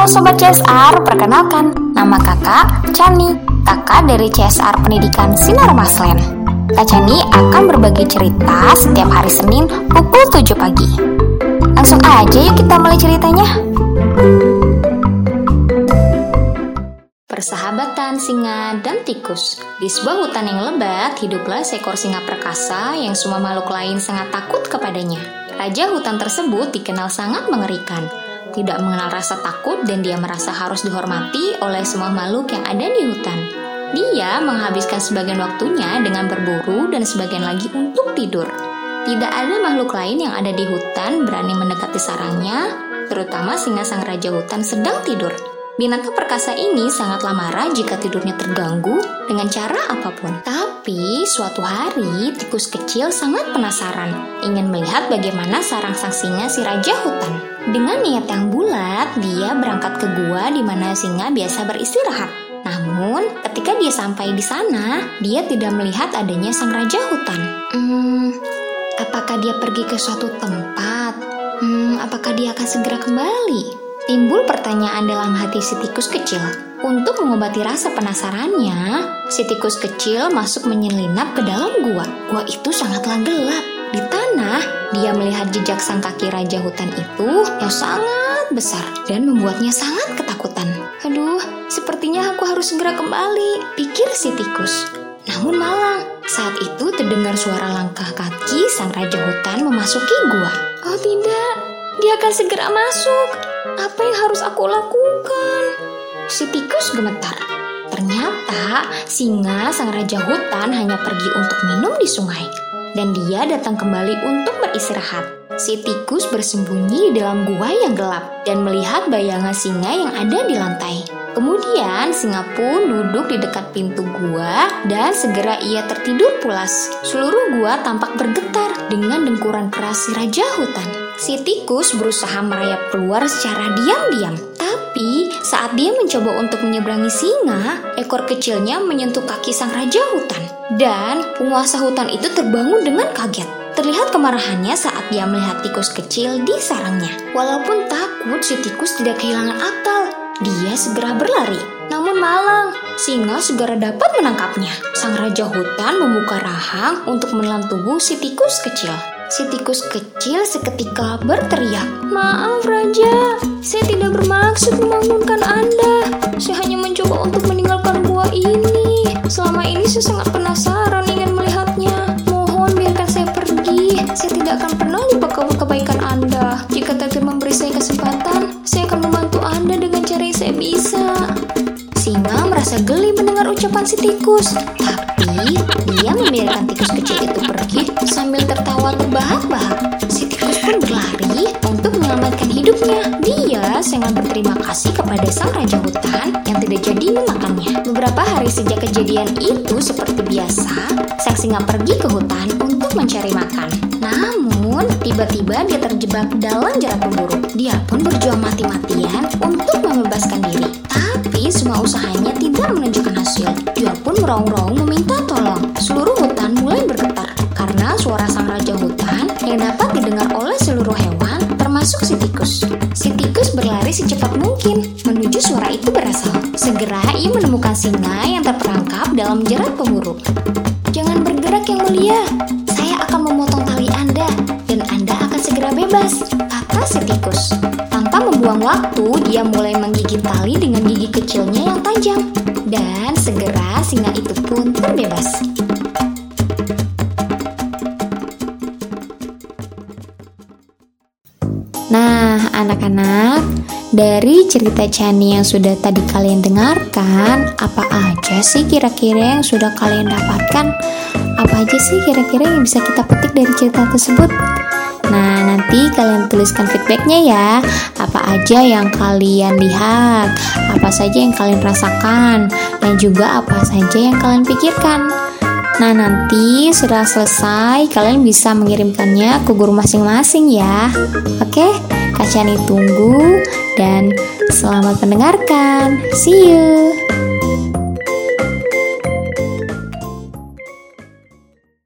Sobat CSR, perkenalkan, nama kakak Chani, kakak dari CSR Pendidikan Sinar Maslen. Kak Chani akan berbagi cerita setiap hari Senin pukul 7 pagi. Langsung aja yuk kita mulai ceritanya. Persahabatan singa dan tikus. Di sebuah hutan yang lebat, hiduplah seekor singa perkasa yang semua makhluk lain sangat takut kepadanya. Raja hutan tersebut dikenal sangat mengerikan. Tidak mengenal rasa takut dan dia merasa harus dihormati oleh semua makhluk yang ada di hutan. Dia menghabiskan sebagian waktunya dengan berburu dan sebagian lagi untuk tidur. Tidak ada makhluk lain yang ada di hutan berani mendekati sarangnya, terutama singa sang raja hutan sedang tidur. Binatang perkasa ini sangatlah marah jika tidurnya terganggu dengan cara apapun. Tapi suatu hari tikus kecil sangat penasaran, ingin melihat bagaimana sarang sang singa si raja hutan. Dengan niat yang bulat, dia berangkat ke gua di mana singa biasa beristirahat. Namun, ketika dia sampai di sana, dia tidak melihat adanya sang raja hutan. Apakah dia pergi ke suatu tempat? Apakah dia akan segera kembali? Timbul pertanyaan dalam hati si tikus kecil. Untuk mengobati rasa penasarannya, si tikus kecil masuk menyelinap ke dalam gua. Gua itu sangatlah gelap. Di tanah, dia melihat jejak sang kaki raja hutan itu yang sangat besar dan membuatnya sangat ketakutan. Aduh, sepertinya aku harus segera kembali, pikir si tikus. Namun malang, saat itu terdengar suara langkah kaki sang raja hutan memasuki gua. Oh tidak, dia akan segera masuk. Apa yang harus aku lakukan? Si tikus gemetar. Ternyata singa sang raja hutan hanya pergi untuk minum di sungai. Dan dia datang kembali untuk beristirahat. Si tikus bersembunyi di dalam gua yang gelap dan melihat bayangan singa yang ada di lantai. Kemudian singa pun duduk di dekat pintu gua dan segera ia tertidur pulas. Seluruh gua tampak bergetar dengan dengkuran keras si raja hutan. Si tikus berusaha merayap keluar secara diam-diam. Tapi saat dia mencoba untuk menyeberangi singa, ekor kecilnya menyentuh kaki sang raja hutan. Dan penguasa hutan itu terbangun dengan kaget. Terlihat kemarahannya saat dia melihat tikus kecil di sarangnya. Walaupun takut, si tikus tidak kehilangan akal. Dia segera berlari. Namun malang, singa segera dapat menangkapnya. Sang raja hutan membuka rahang untuk menelan tubuh si tikus kecil. Si tikus kecil seketika berteriak, "Maaf Raja, saya tidak bermaksud membangunkan Anda. Saya hanya mencoba untuk meninggalkan gua ini. Selama ini saya sangat penasaran ingin melihatnya. Mohon biarkan saya pergi. Saya tidak akan pernah lupa kebaikan Anda. Jika takdir memberi saya kesempatan, saya akan membantu Anda dengan cara yang saya bisa." Singa merasa geli mendengar ucapan si tikus, tapi dia membiarkan tikus kecil itu pergi sambil tertawa terbahak-bahak. Si tikus pun berlari untuk menyelamatkan hidupnya. Dia sangat berterima kasih kepada sang raja hutan yang tidak jadi memakannya. Beberapa hari sejak kejadian itu, seperti biasa, sang singa pergi ke hutan untuk mencari makan. Namun, tiba-tiba dia terjebak dalam jerat pemburu. Dia pun berjuang mati-matian untuk membebaskan diri. Tapi semua usahanya tidak menunjukkan hasil. Dia pun meraung-raung meminta tolong. Seluruh hutan mulai bergetar karena suara sang raja hutan yang dapat didengar oleh seluruh hewan, termasuk si tikus. Si tikus berlari secepat mungkin menuju suara itu berasal. Segera ia menemukan singa yang terperangkap dalam jerat pemburu. "Jangan bergerak yang mulia, saya akan memotong tali Anda dan Anda akan segera bebas," kata si tikus. Tanpa membuang waktu, dia mulai menggigit tali dengan gigi kecilnya yang tajam. Dan segera singa itu pun terbebas. Nah, anak-anak, dari cerita Chani yang sudah tadi kalian dengarkan, apa aja sih kira-kira yang sudah kalian dapatkan? Apa aja sih kira-kira yang bisa kita petik dari cerita tersebut? Nah, nanti kalian tuliskan feedbacknya ya. Apa aja yang kalian lihat, apa saja yang kalian rasakan, dan juga apa saja yang kalian pikirkan. Nah, nanti setelah selesai, kalian bisa mengirimkannya ke guru masing-masing ya. Oke, Kak Chani tunggu dan selamat mendengarkan. See you!